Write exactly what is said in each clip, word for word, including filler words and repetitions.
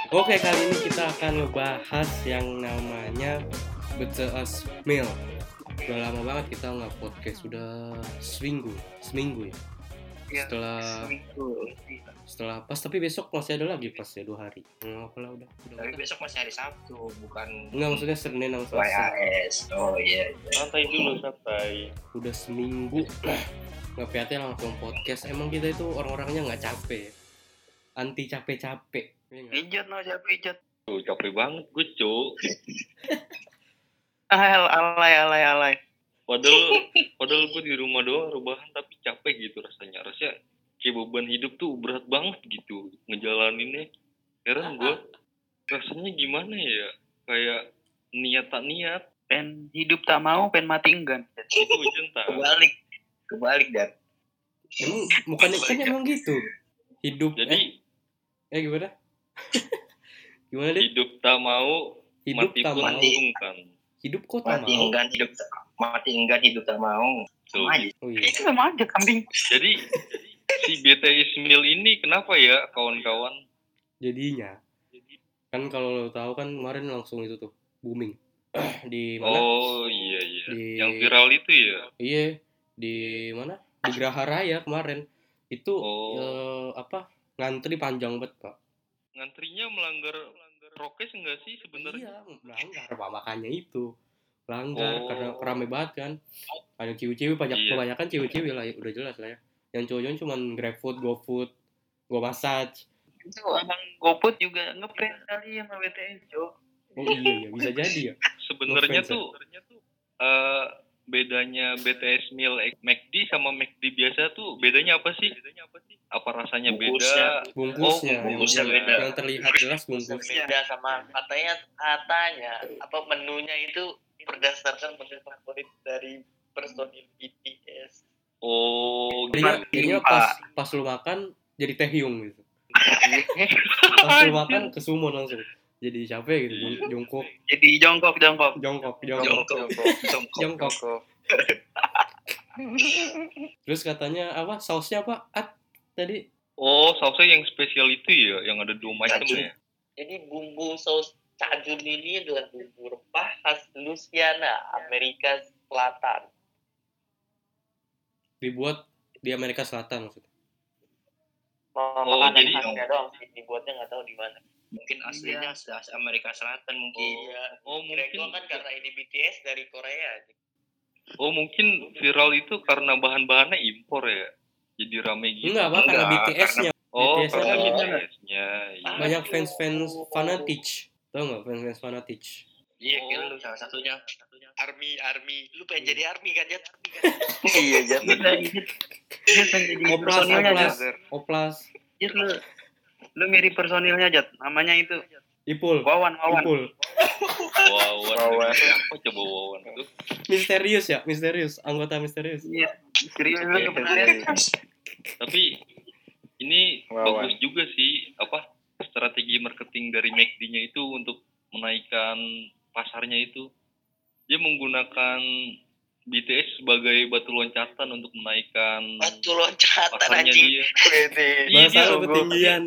Oke, kali ini kita akan ngebahas yang namanya B T S Meal. Udah lama banget kita nggak podcast, udah seminggu, seminggu ya. Ya, Setelah seminggu. setelah pas, tapi besok masih ada lagi pas ya dua hari. Nggak apa lah udah. udah Tapi udah. besok masih hari Sabtu, bukan Enggak, maksudnya Senin sama Y Selasa. A S. Oh iya. Santai dulu, santai. Udah seminggu nggak P H T langsung podcast. Emang kita itu orang-orangnya nggak capek, anti capek-capek. Iya nggak? Ijat no siapa ijat? Tuh, capek banget gue, Cuk. Ah, alay alay alay. Padahal, padahal gue di rumah doang rebahan tapi capek gitu rasanya. Rasanya kayak beban hidup tuh berat banget gitu ngejalaninnya. Heran gue, rasanya gimana ya? Kayak niat tak niat. Pen hidup tak mau, pen mati enggan. Itu cinta. Kebalik, kebalik dan. Emang bukannya kan emang gitu hidup. Jadi eh, eh gimana? Gimana deh? hidup tak mau, Hidup mati tak pun mau. menguntungkan. Hidup kok tak Mati mau. enggan hidup tak mati enggan hidup tak mau. Tuh. Sama aja. Oh iya. Itu sama aja kambing. Jadi si B T S Meal ini kenapa ya kawan-kawan? Jadinya kan kalau lo tahu kan kemarin langsung itu tuh booming di mana? Oh iya iya. Di- Yang viral itu ya. Iya, di mana? Di Geraha Raya kemarin. Itu Oh. eh, apa? Ngantri panjang banget, Pak. Ngantrinya melanggar prokes enggak sih sebenarnya? Iya, melanggar Pak, makanya itu. Melanggar Oh. karena rame banget kan. Banyak cewek-cewek, banyak Iya. kebanyakan cewek-cewek lah, ya, udah jelas lah ya. Yang cowok-cowok cuma GrabFood, GoFood, GoMassage. Itu abang GoFood juga ngeprank kali sama B T S, Jo. Oh iya, iya, bisa jadi ya. Sebenarnya No tuh eh, bedanya B T S Meal McD sama McD biasa tuh bedanya apa sih? Bedanya apa sih? Apa rasanya Bungkusnya. beda? Bungkusnya, Oh, bungkusnya yang, beda. yang terlihat jelas bungkusnya. beda sama katanya katanya apa menunya itu berdasarkan menu favorit dari personil B T S. Oh, Jadinya, gitu. jadinya pas pas lu makan jadi Taehyung gitu. Pas lu makan ke sumo langsung. Jadi siapa ya gitu? Jong- Jongkok, Jadi jongkok jongkok. Jongkok, Jongkok. Jongkok. Jongkok. Terus katanya apa? Sausnya apa? At tadi. Oh, sausnya yang spesial itu ya, yang ada dua macam Cajun. ya. Jadi bumbu saus cajun ini adalah bumbu rempah khas Louisiana, Amerika Selatan. Dibuat di Amerika Selatan maksudnya. Oh, Oh, makanan jadi- khasnya doang sih, dibuatnya nggak tahu di mana. Mungkin aslinya Iya. asli Amerika Selatan mungkin. Iya. Oh, Kira mungkin. gua kan karena ini B T S dari Korea. Oh, mungkin viral itu karena bahan-bahannya impor ya. Jadi rame gitu. Enggak apa karena Enggak, B T S-nya. Oh, B T S-nya karena kan B T S-nya. Iya. banyak fans-fans fanatic. Tahu nggak fans-fans fanatic? Iya, Oh. kira lu salah satunya. Army, Army. Lu pengen jadi Army kan, Jat? Iya, jangan. Dia pengen jadi Oplas, personilnya, oplas, Jat. oplas. Jat, lu lu mirip personilnya, Jat. Namanya itu Ipul, Wawan, Wawan. Ipul. Wawan. Wawan. Apa coba Wawan itu? Misterius ya, misterius. Anggota misterius. Iya, serius lu Iya, kebetulan. Tapi ini Wawan. bagus juga sih apa strategi marketing dari McD-nya itu untuk menaikkan pasarnya itu. Dia menggunakan B T S sebagai batu loncatan untuk menaikkan Batu loncatan pasarnya anjing. dia. Wede. Iya, Bahasa dia- lu ketinggian.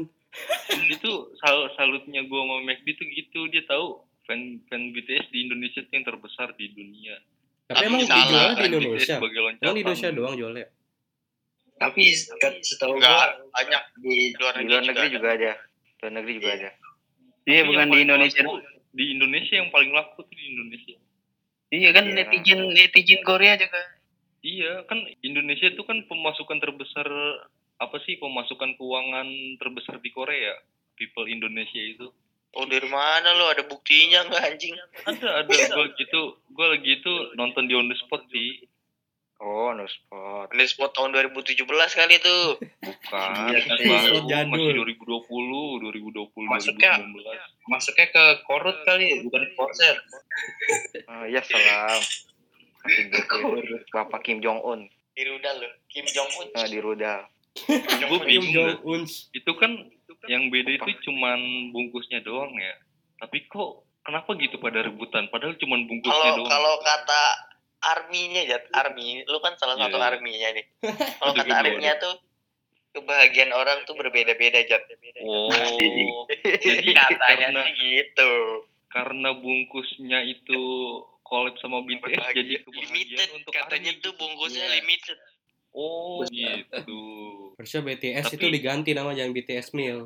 itu sal salutnya gue sama McD tuh gitu, dia tahu fan fan B T S di Indonesia tuh yang terbesar di dunia. Tapi emang Salah, dijualnya di kan, Indonesia. B T S sebagai loncatan. Emang di Indonesia doang jualnya? Tapi setahu Enggak, gua banyak di luar Di negeri, luar negeri juga ada. Luar negeri juga ada. Iya, Tapi bukan yang di paling Indonesia. laku, di Indonesia yang paling laku tuh di Indonesia. Iya kan Iya. netizen netizen Korea juga. Iya, kan Indonesia itu kan pemasukan terbesar apa sih pemasukan keuangan terbesar di Korea. People Indonesia itu. Oh, dari mana lu? Ada buktinya nggak anjing? Ada ada gue gitu, gue lagi itu nonton di on the spot sih. Oh, no spot. Ini spot tahun dua ribu tujuh belas kali tuh. Bukan, Iya, kan tapi baru spot jadul. masih dua ribu dua puluh, dua ribu dua puluh, Masuknya- dua ribu sembilan belas. Masuknya ke Korut kali, bukan ke Korser. Oh, ya salam. Masih gitu. Bapak Kim Jong Un Di rudal lu. Kim Jong Un. eh, di rudal. Gue Kim bingung Jong dah. Un. Itu kan yang beda itu cuman bungkusnya doang ya. Tapi kok kenapa gitu pada rebutan? Padahal cuman bungkusnya Kalau doang. kalau kata arminya, Jat, army, lu kan salah Iya, satu iya. arminya nih. Kalau Itu kata gua arminya tuh kebahagiaan orang tuh berbeda-beda, Jat. Oh, jadi Katanya karena sih gitu. karena bungkusnya itu collab sama B T S jadi kebahagiaan Limited, untuk katanya ARMY tuh gitu. bungkusnya Iya. limited. Oh, gitu. Harusnya B T S Tapi- itu diganti nama, jangan B T S Meal.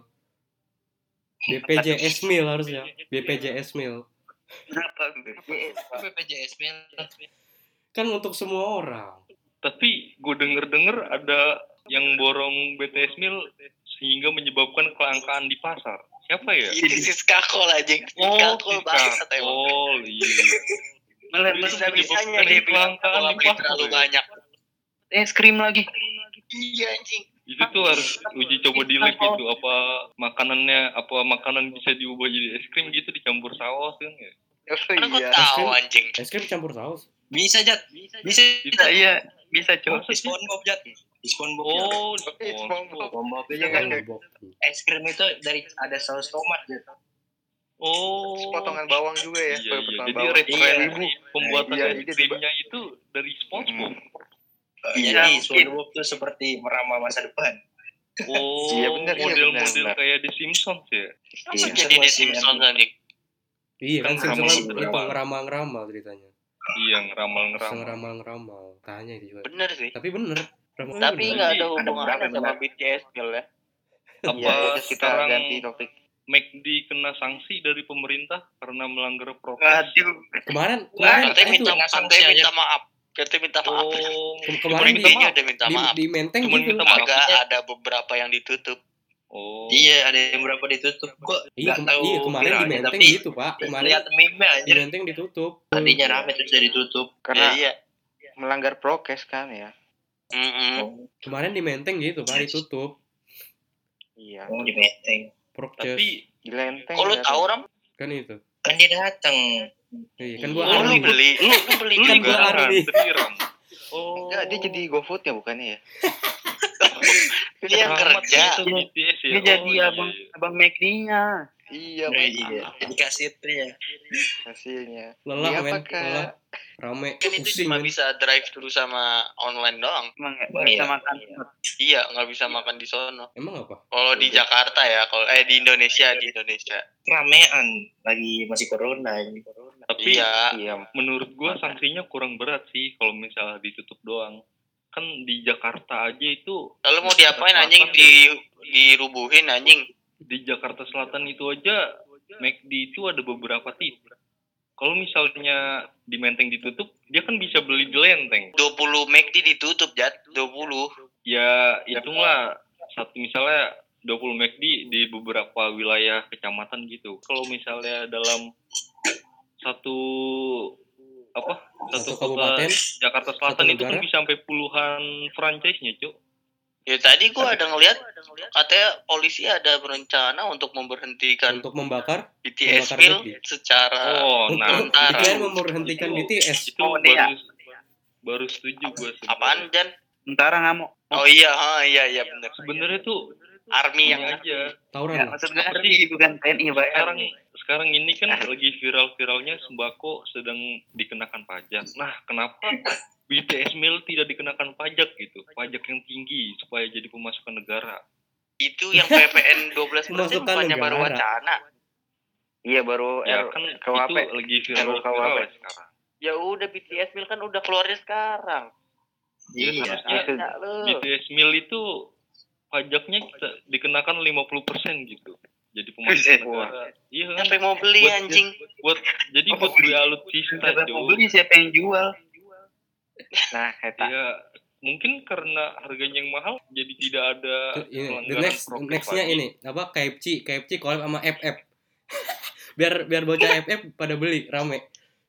B P J S Meal harusnya. B P J S Meal. Kenapa? B P J S Mil. Kan untuk semua orang. Tapi gue denger-denger ada yang borong B T S Meal sehingga menyebabkan kelangkaan di pasar. Siapa ya? Itu si skakol aja. Oh, Skakol banget emang. oh iya. Malah Itu Bisa-bisanya menyebabkan dia bilang kelangkaan kalau di beli pasar terlalu ya? banyak. es krim lagi. Iya anjing. Itu tuh harus uji coba di lab gitu, apa makanannya, apa makanan bisa diubah jadi es krim gitu dicampur saus kan ya? Oh Kan gue iya. tahu krim. anjing. Es krim campur saus. Bisa, Jat. Bisa. Bisa iya, bisa coba. Di SpongeBob, Jat. Di SpongeBob. Jat. Oh, Oke, SpongeBob. SpongeBob itu Iya, kan iya. Bok. es krim itu dari ada saus tomat, Jat. oh. Potongan bawang juga ya. Iya, iya. potongan Jadi bawang. referensi pembuatan Iya, es iya, krimnya itu dari SpongeBob. Jadi mungkin. SpongeBob tuh seperti meramal masa depan. Oh, Iya, benar, iya, model-model benar, benar. kayak The Simpsons ya? Langsung Iya, jadi The masih Simpsons anjing. Iya kan Kan Simpson ramal kan itu ngeramal. ngeramal-ngeramal ceritanya. Iya, Bisa ngeramal-ngeramal. ngeramal-ngeramal. Tanya itu juga. Bener sih. Tapi bener. Ramal Tapi bener. nggak ada Ada hubungannya beberapa sama benar. B T S Gil ya. Iya, Apa udah kita sekarang ganti topik. McD kena sanksi dari pemerintah karena melanggar prokes? Waduh. Kemarin Wah, kemarin katanya itu minta, kena sanksi katanya aja. minta maaf. Katanya minta maaf. Oh, ke- kemarin di, Kayaknya udah minta di, maaf. di Menteng Cuman gitu. minta maaf. Agak ada beberapa yang ditutup. oh. Iya, ada yang berapa ditutup. Gua Iya, nggak kema- tahu iya kemarin di viralnya, Menteng tapi gitu, Pak. Kemarin lihat meme di anjir. Menteng ditutup. Tadinya rame terus jadi ditutup. Karena Ya, iya. melanggar prokes kan ya. Mm-mm. Kemarin di Menteng gitu, Pak, ditutup. Iya. Oh, di Menteng. Prokes. Tapi Di Lenteng. Kok lu ya, tahu tuh. Ram? Kan itu. Kan dia datang. Iya, kan Iya. gua Oh, lu army. beli. Lu, lu beli Kan juga. gua army. ngantri, Ram. Oh. Enggak, dia jadi GoFood ya bukannya ya? Dia yang Rahmat kerja. itu B T S ya. Dia jadi Oh, iya, abang iya. abang McD-nya. Iya, Oh, Mas. iya. Jadi kasirnya. Hasilnya. Lelah, Iya, men. apa, Kak? Lelah. Rame. Kan itu Pusing, cuma men. bisa drive thru sama online doang. Emang nggak Oh, bisa iya. makan. Iya, nggak bisa makan di sono. Emang apa? Kalau di Jakarta ya, kalau eh di Indonesia, di Indonesia. Ramean lagi masih corona ini. Tapi Iya. Iya. menurut gua sanksinya kurang berat sih kalau misalnya ditutup doang. Kan di Jakarta aja itu Lalu mau diapain anjing di dirubuhin anjing? di Jakarta Selatan itu aja McD itu ada beberapa titik. Kalau misalnya di Menteng ditutup, dia kan bisa beli di Lenteng. dua puluh McD ditutup, Jat. dua puluh. Ya, hitunglah satu misalnya dua puluh McD di beberapa wilayah kecamatan gitu. Kalau misalnya dalam satu apa? Satu Satu, kabupaten, kota Jakarta Selatan satu itu kan negara. bisa sampai puluhan franchise-nya, Cuk. Ya tadi gua ada ngeliat katanya polisi ada berencana untuk memberhentikan untuk membakar. B T S membakar Meal McD. secara Oh, nah, Untuk sementara. dikirain memberhentikan B T S. Itu Oh, baru dia. baru setuju gue Apaan, Jan? Ntar ngamuk. Oh iya, ha, iya iya benar. Sebenarnya tuh Army yang ini aja. Tawuran. Ya, lah. maksud gue Apa Army sih? bukan T N I, Pak. Sekarang sekarang ini kan lagi viral-viralnya sembako sedang dikenakan pajak. Nah, kenapa B T S Meal tidak dikenakan pajak gitu? Pajak yang tinggi supaya jadi pemasukan negara. itu yang P P N dua belas persen Pemasukan bukannya baru negara. wacana. Iya, baru Ya R- kan K W P. itu lagi viral-viral ya sekarang. Ya udah B T S Meal kan udah keluarnya sekarang. Ya, Iya. harusnya Ya, lu. B T S Meal itu pajaknya kita dikenakan lima puluh persen gitu. Jadi pemasukan Wah. negara. Iya kan? Sampai mau beli Buat- anjing. Buat jadi buat beli alutsista, Siapa mau Cuk. beli, siapa yang jual? Nah, eta. Ya mungkin karena harganya yang mahal jadi tidak ada Tuh, ini, the pelanggaran next prokes nextnya lagi. ini apa K F C K F C collab sama F F biar biar bocah F F pada beli rame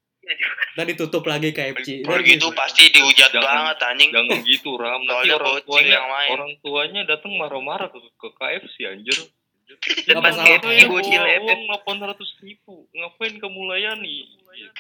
tadi tutup lagi K F C. Kalau gitu pasti dihujat Jangan- banget anjing. Jangan gitu Ram, nanti Soalnya orang bocil tuanya yang main. orang tuanya datang marah-marah ke, ke K F C anjir. Nggak Depan masalah. K F C Saya bocil bawa F F. uang delapan ratus ribu, ngapain kamu layani? Gitu.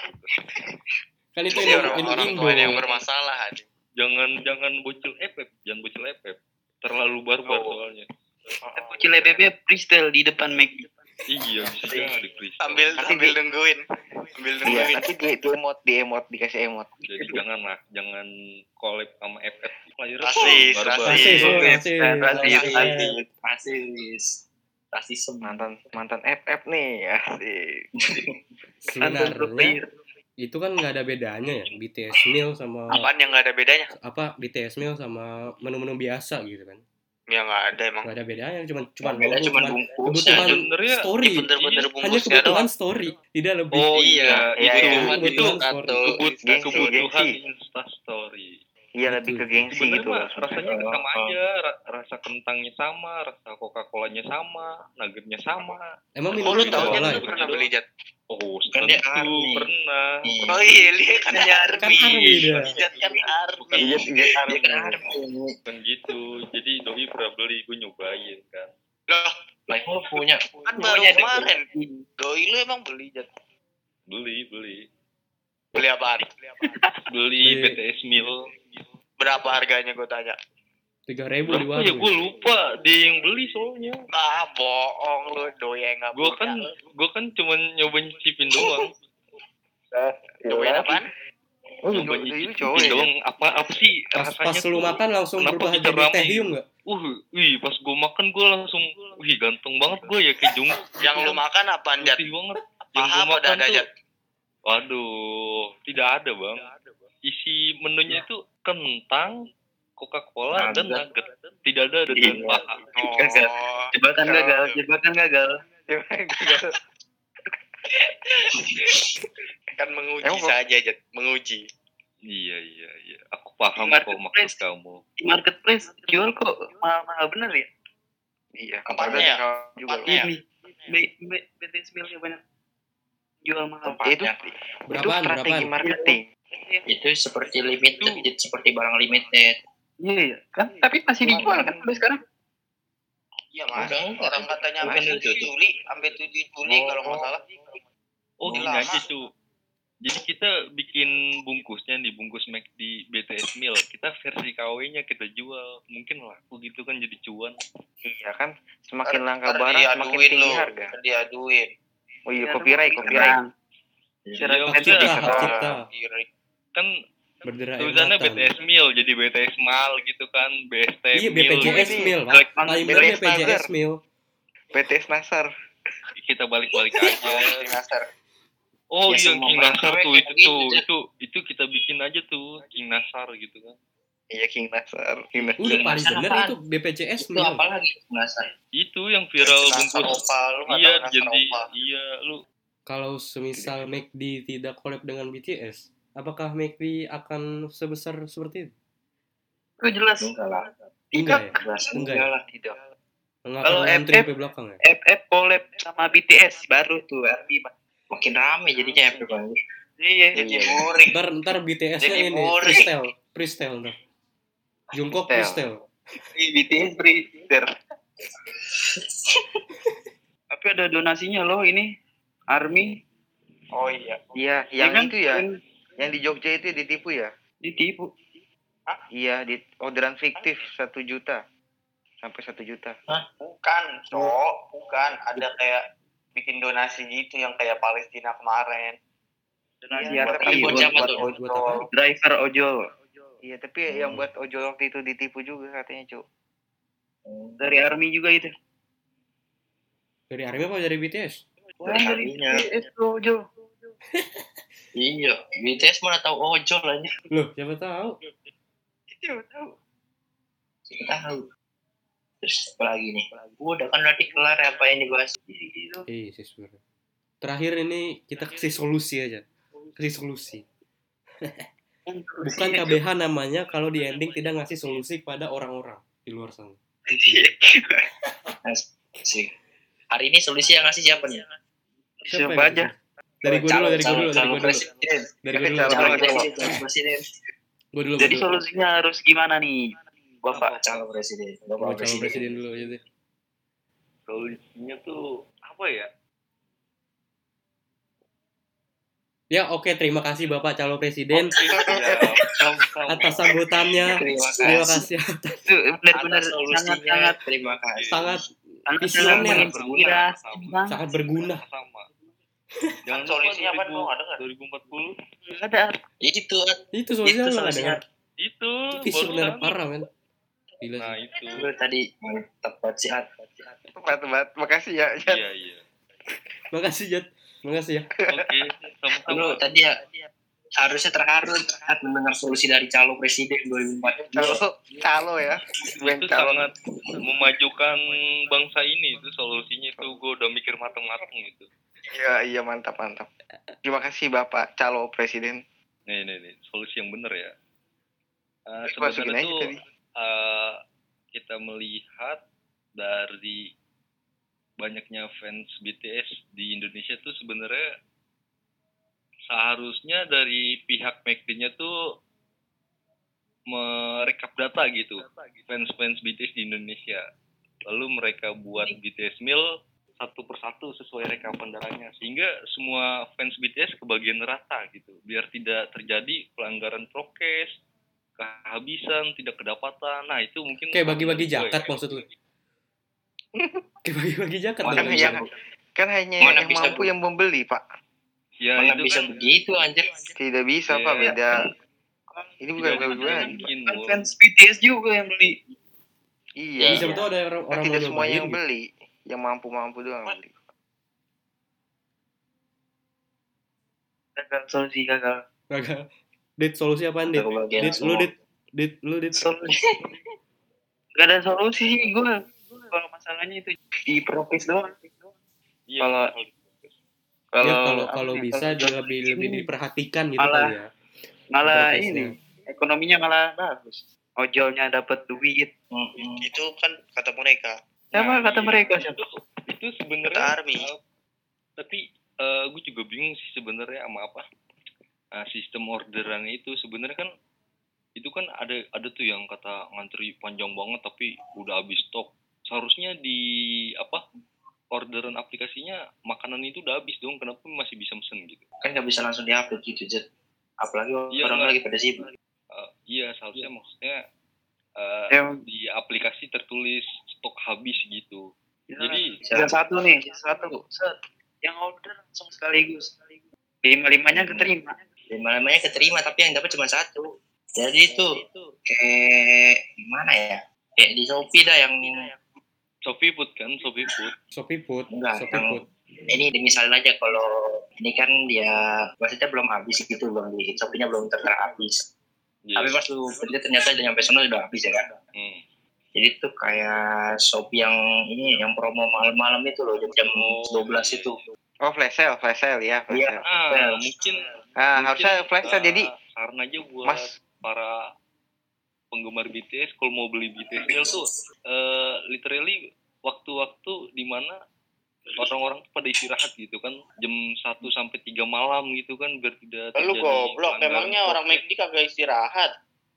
kan itu Jadi Indo orang-orang Indo tuanya yang bermasalah anjing. Jangan jangan bocil F F, jangan bocil F F. Terlalu barbar Oh. soalnya. Bocil F F freestyle di depan McD. Iya bisa jadi freestyle. Sambil sambil nungguin. Ambil Iya, nungguin. nanti di, di emot, di emot dikasih emot. Jadi jangan lah, jangan collab sama F F player Rasis, barbar. rasis. Rasis, Rasis, rasis. rasis, rasis, rasisme. Mantan mantan F F nih, asik. Sebenarnya itu kan nggak ada bedanya ya B T S meal sama Apaan yang nggak ada bedanya? apa B T S meal sama menu-menu biasa gitu kan. Ya nggak ada emang. Nggak ada bedanya, cuman cuman Beda logo, cuman cuman bungkusnya. kebutuhan Sebenarnya story. Bener-bener Hanya bungkusnya kebutuhan doang. story, tidak lebih. Oh Iya, iya, iya, itu iya. itu Kebutuhan atau story. kebut- Gengsi, kebutuhan gengsi. Insta story. Iya, Gitu. lebih ke gengsi Sebenarnya gitu mah loh. rasanya Oh, sama oh. aja, ra- rasa kentangnya sama, rasa Coca-Colanya sama, nuggetnya sama. Emang Oh, minum lu Iya, tahu Coca-Cola kan ya? lu pernah beli Jat? Oh, Kan dia tentu army. pernah. Oh iya, dia kan Kan army. army dia. Jat kan army. Iya, iya, Dia kan army. army. Bukan gitu. Jadi doi pernah beli, gue nyobain kan. Loh, Lah lu punya. kan baru punya kemarin. Doi lu emang beli Jat? Beli, beli. Beli apaan? Beli Beli. B T S meal. Berapa harganya gue tanya? Tiga ribu di Berapa ya? warung. Gue lupa. Dia yang beli soalnya. Ah, bohong lu, doi yang nggak Gue punya. kan, gue kan cuma nyoba nyicipin doang. Doi apaan? Oh, Nyoba doi nyicipin cowok ya? doang. Apa apa sih Pas pas rasanya lu tuh? makan langsung Kenapa berubah bisa jadi rame? Taehyung nggak? Uh, wih, pas gue makan gue langsung, wih ganteng banget gue ya kayak jung. Yang lu makan apaan Jat? Putih banget. Yang Paha gue apa makan dada tuh, Jat? waduh, tidak ada bang. Isi menunya itu kentang, Coca-Cola dan Nugget. nugget. Tidak ada dengan Iya. paha. Gagal. Oh, Jebakan gagal, jebakan gagal. kan menguji Emang kok- saja Jat, menguji. Iya iya iya. Aku paham Marketplace. kok maksud kamu. Di marketplace jual kok mahal-mahal bener ya? Iya, Apanya ada ya? juga. Apanya ya? Ini B B B T S milnya banyak jual mahal. Ya, itu itu Berapaan, strategi berapaan? marketing. Itu seperti limited, itu seperti barang limited. Iya iya kan, tapi masih dijual kan sampai sekarang. Iya mas, Udah, enggak. orang katanya Bukan sampai itu, tujuh tuh. Juli, sampai tujuh Juli Oh. kalau nggak salah. Oh Ini gini lama. aja tuh. Jadi kita bikin bungkusnya nih, bungkus McD B T S meal. Kita versi K W-nya kita jual. Mungkin laku gitu kan jadi cuan. Iya kan, semakin langka Ntar barang semakin diaduin tinggi lu, harga. ntar diaduin. Oh iya, copyright, copyright. Iya, Hak maksudnya cipta, hak cipta. Diri. kan Berderai tulisannya B T S ingatan. meal jadi B T S mal gitu kan. B S T Iya, meal. B P J S ini. meal, Pak. Jelek banget. Paling bener B P J S B P J S meal. P T S Nasar. Kita balik-balik aja. King Nasar. Oh Ya, iya semua King barang Nasar K W tuh kayak itu gitu, tuh Jack. itu itu kita bikin aja tuh King Nasar gitu kan. Iya, King Nasar. King Nasar. Udah paling Nasar bener apaan? itu B P J S Itu meal. apa lagi nasar? Itu yang viral Nasar bungkus. Opa, lu nggak Iya tahu Nasar jadi Opa. iya lu Kalau semisal McD tidak collab dengan B T S, apakah McD akan sebesar seperti itu? Oh jelas. Enggak lah. Enggak ya? Jelas Enggak enggak ya? lah. Tidak. Enggak Kalau akan ngantri F F sampai belakang ya? F F collab sama B T S baru tuh army makin rame jadinya F F baru. Iya. Jadi Iya. burik. Ntar, ntar B T S-nya Jadi ini, boring. freestyle. Freestyle ntar. Jungkook Freestyle. freestyle. B T S breeder. Tapi ada donasinya loh ini army. Oh iya. Iya, yang kan? itu ya, Yang yang di Jogja itu ditipu ya. ditipu. Iya, di orderan fiktif satu juta sampai satu juta. Bukan, cowok. Bukan. Ada kayak bikin donasi gitu yang kayak Palestina kemarin. Donasi Iya, army tapi buat, buat- buat, buat- buat apa? driver ojol. Iya, tapi yang buat ojol waktu itu ditipu juga katanya, Cuk. Dari army juga itu. Dari Army apa dari B T S? Dari arminya. B T S ojol. Iya, B T S mana tahu ojol aja. Loh, siapa tahu? Siapa tahu. Siapa tahu. Terus apa lagi nih? Udah kan nanti kelar apa yang dibahas. Gitu. Eh, sih sebenarnya. Terakhir ini kita kasih solusi aja. Kasih solusi. Bukan K B H namanya kalau di ending tidak ngasih solusi kepada orang-orang di luar sana. Asik. Hari ini solusi yang ngasih siapa nih? Siapa Siapa yang aja? ngasih? Dari gue dulu, dari gue Calon- dulu, dari calon gue dulu. presiden. Dari gue dulu. Calon dari Calon gua dulu. presiden, calon presiden. Gue dulu. Jadi gua dulu. solusinya harus gimana nih? Bapak Bapak calon presiden. Gua Bapak calon presiden. presiden dulu aja deh. solusinya tuh apa ya? Ya oke, terima kasih Bapak calon presiden Ya, sama-sama. atas sambutannya. Terima Terima kasih. kasih atas Itu benar-benar Atas solusinya. sangat-sangat terima kasih. sangat Sangat visioner. menginspirasi banget. sangat berguna. Sama. Jangan Solusinya apa lupa dong? Ada nggak? dua ribu empat puluh. Ada. Itu Itu solusinya Itu nggak solusinya. dengar. Itu Itu sebenarnya barusan. parah men. Gila Nah, sih. itu. gue tadi mantap banget sih. At. Tepat, tepat. Makasih ya. Jat. Iya, iya. Makasih Jat. Makasih ya. Oke, sama-sama. Lu tadi ya harusnya terharu saat mendengar solusi dari calon presiden dua ribu empat Calo, belas. calo ya. Gue Itu calo. sangat memajukan bangsa ini. Itu solusinya itu gue udah mikir matang-matang gitu. Iya, iya mantap, mantap. Terima kasih Bapak calo presiden. Nih, nih, nih. Solusi yang bener ya. Uh, Terus masukin sebenarnya aja tuh tadi. uh, kita melihat dari banyaknya fans B T S di Indonesia tuh sebenarnya seharusnya dari pihak McD-nya tuh merekap data gitu fans-fans B T S di Indonesia, lalu mereka buat B T S meal satu persatu sesuai rekapan darahnya sehingga semua fans B T S kebagian rata gitu, biar tidak terjadi pelanggaran prokes, kehabisan, tidak kedapatan. Nah itu mungkin Kayak bagi-bagi gue zakat ya. maksud lu. Kayak bagi-bagi zakat Mana dong. bisa, Kan hanya Mana yang bisa, mampu Bu? yang membeli, Pak. Ya mana itu bisa kan begitu anjir. Tidak bisa, Iya. Pak. Beda. Ini bukan tidak bagi-bagi. mungkin. Kan Bro. fans B T S juga yang beli. Iya. Jadi siapa tahu ada orang Kan orang tidak mau semuanya nyobain yang gitu. beli. Yang mampu-mampu doang beli. Gagal solusi gagal. Gagal. Dit solusi apaan Dit? Kebagian Dit lu semua. Dit. Dit lu Dit. Solusi. Gak ada solusi sih gue. Kalau masalahnya itu di prokes doang. Iya, Kalau- Ya Kalau kalau apa kalau ya, bisa kalau dia lebih lebih diperhatikan gitu Malah- kali ya. malah Prokesnya. ini ekonominya malah bagus. Ojolnya dapat duit. Itu kan kata mereka. Siapa Nah, kata iya. mereka siapa? itu sebenarnya Kata Army. uh, tapi uh, gue juga bingung sih sebenarnya sama apa uh, sistem orderan itu sebenarnya kan itu kan ada ada tuh yang kata ngantri panjang banget tapi udah habis stok. Seharusnya di apa orderan aplikasinya makanan itu udah habis dong, kenapa masih bisa mesen gitu? Kan nggak bisa langsung diupload gitu Jet. Apalagi Iya, orang nggak. lagi pada sibuk. Uh, iya seharusnya maksudnya uh, Yang di aplikasi tertulis stok habis gitu. Jadi yang satu nih, yang satu. Set. Yang order langsung sekaligus. Lima limanya keterima. Lima limanya keterima tapi yang dapat cuma satu. Jadi itu kayak gimana ya? Kayak di Shopee dah yang Shopee Food kan, Shopee Food. Shopee Food, Enggak, Shopee yang- Food. ini misalnya aja kalau ini kan dia maksudnya belum habis gitu, belum di Shopee-nya belum ternyata habis. Iya. Tapi pas lu beli ternyata udah nyampe sana udah habis ya kan. Hmm. Jadi tuh kayak Shopee yang ini yang promo malam-malam itu loh jam jam Oh, dua belas iya. itu. Oh, flash sale, flash sale ya, flash Iya. sale. Ah, Well, mungkin Ah, mungkin, harusnya flash sale uh, jadi saran aja buat Mas para penggemar B T S kalau mau beli B T S meal tuh uh, literally waktu-waktu di mana orang-orang tuh pada istirahat gitu kan jam satu sampai tiga malam gitu kan biar tidak Lu terjadi goblok, pelanggaran emangnya orang prokes. McD kagak istirahat.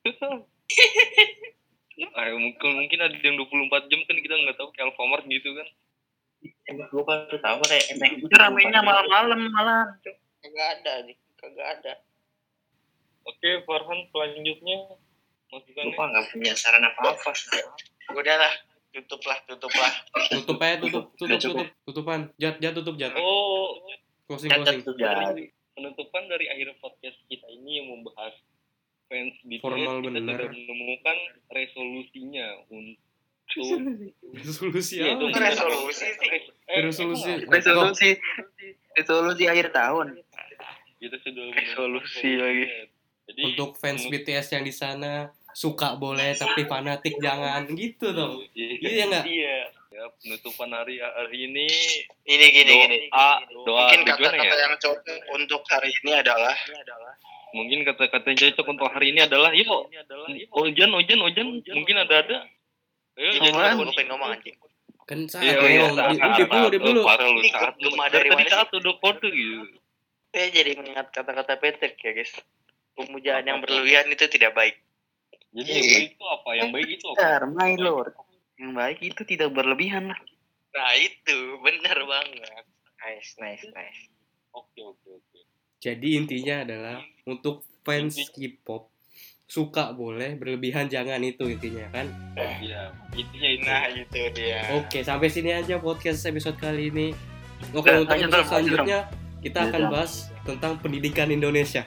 Ah, mungkin mungkin ada yang dua puluh empat jam kan kita nggak tahu kayak Alfamart gitu kan. Emang gua baru tahu kayak emang Itu ramainya malam-malam malah. Kagak ada nih, kagak ada. Oke, Farhan selanjutnya masukannya. Gua nggak punya saran apa-apa. Udahlah, tutuplah, tutuplah. Tutup aja tutup tutup Udah cukup. tutup tutupan. Jat Jat tutup Jat. Oh, Closing Catat closing. tuh Jan. penutupan dari akhir podcast kita ini yang membahas fans B T S, Formal kita bener. sudah menemukan resolusinya untuk Resolusi Iya, apa? itu Resolusi sih. Eh, Resolusi. emang Resolusi resolusi akhir tahun. kita sudah Resolusi menemukan lagi. Jadi Untuk fans B T S yang di sana suka boleh tapi fanatik jangan gitu dong. Iya nggak? Iya. Ya, penutupan hari hari ini Ini gini gini. doa doa Mungkin tujuannya kata-kata ya. yang cocok untuk hari ini adalah Mungkin kata-kata yang cocok untuk hari ini adalah yuk ojan ojan ojan mungkin ada ada. Ayo Jangan jangan gue pengen ngomong anjing. Kan saat Iya, ngomong. iya, Di- saat- Udah dulu, saat- udah dulu. Parah lu Ini saat lu. gemah Dari dari tadi mana sih? saat udah kode gitu. Saya jadi mengingat kata-kata Peter ya guys. Pemujaan yang berlebihan itu tidak baik. Jadi yang baik itu apa? Yang baik itu apa? Benar, my lord. Yang baik itu tidak berlebihan lah. Nah itu benar banget. Nice, nice, nice. Oke oke oke. Jadi intinya adalah untuk fans K-pop suka boleh, berlebihan jangan, itu intinya kan. Iya, intinya itu. Nah itu dia. Oke, sampai sini aja podcast episode kali ini. Oke, Udah, untuk lanjut, episode Ram, lanjut, selanjutnya kita akan bahas tentang pendidikan Indonesia.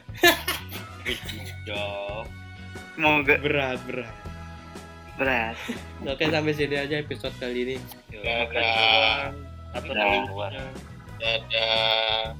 Jauh. Semoga Berat, berat. berat. Oke, sampai sini aja episode kali ini. Ya, makasih kawan atas Dadah. waktunya. Dadah.